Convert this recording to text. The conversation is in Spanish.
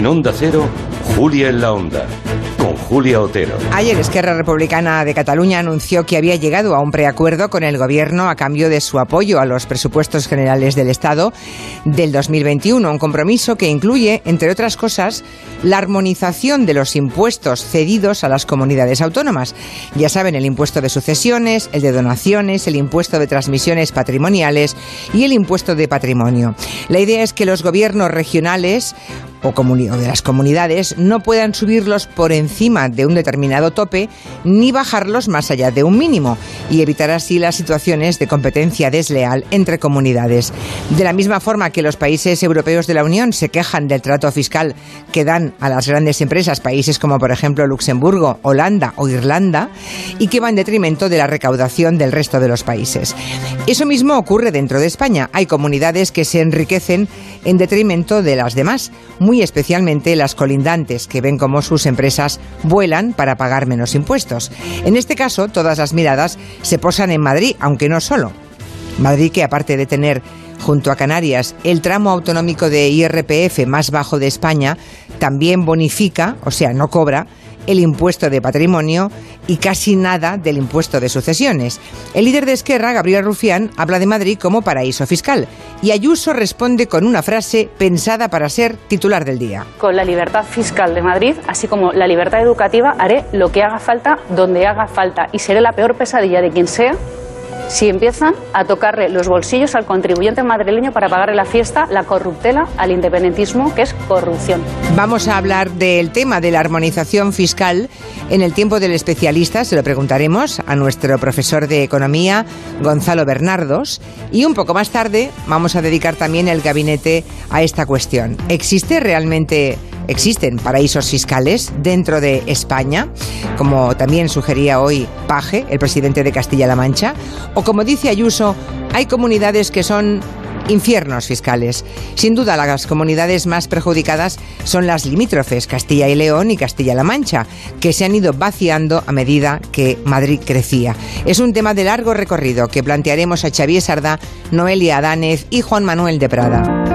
En Onda Cero, Julia en la Onda, con Julia Otero. Ayer Esquerra Republicana de Cataluña anunció que había llegado a un preacuerdo con el Gobierno a cambio de su apoyo a los presupuestos generales del Estado del 2021, un compromiso que incluye, entre otras cosas, la armonización de los impuestos cedidos a las comunidades autónomas. Ya saben, el impuesto de sucesiones, el de donaciones, el impuesto de transmisiones patrimoniales y el impuesto de patrimonio. La idea es que los gobiernos regionales o de las comunidades no puedan subirlos por encima de un determinado tope ni bajarlos más allá de un mínimo y evitar así las situaciones de competencia desleal entre comunidades. De la misma forma que los países europeos de la Unión se quejan del trato fiscal que dan a las grandes empresas, países como por ejemplo Luxemburgo, Holanda o Irlanda, y que va en detrimento de la recaudación del resto de los países. Eso mismo ocurre dentro de España. Hay comunidades que se enriquecen en detrimento de las demás, muy especialmente las colindantes, que ven cómo sus empresas vuelan para pagar menos impuestos. En este caso, todas las miradas se posan en Madrid, aunque no solo. Madrid, que aparte de tener junto a Canarias el tramo autonómico de IRPF más bajo de España, también bonifica, o sea, no cobra, el impuesto de patrimonio y casi nada del impuesto de sucesiones. El líder de Esquerra, Gabriel Rufián, habla de Madrid como paraíso fiscal y Ayuso responde con una frase pensada para ser titular del día. Con la libertad fiscal de Madrid, así como la libertad educativa, haré lo que haga falta, donde haga falta, y seré la peor pesadilla de quien sea si empiezan a tocarle los bolsillos al contribuyente madrileño para pagarle la fiesta, la corruptela al independentismo, que es corrupción. Vamos a hablar del tema de la armonización fiscal en el tiempo del especialista. Se lo preguntaremos a nuestro profesor de Economía, Gonzalo Bernardos. Y un poco más tarde vamos a dedicar también el gabinete a esta cuestión. ¿Existen paraísos fiscales dentro de España? Como también sugería hoy Page, el presidente de Castilla-La Mancha. O como dice Ayuso, hay comunidades que son infiernos fiscales. Sin duda, las comunidades más perjudicadas son las limítrofes, Castilla y León y Castilla-La Mancha, que se han ido vaciando a medida que Madrid crecía. Es un tema de largo recorrido que plantearemos a Xavier Sardá, Noelia Adánez y Juan Manuel de Prada.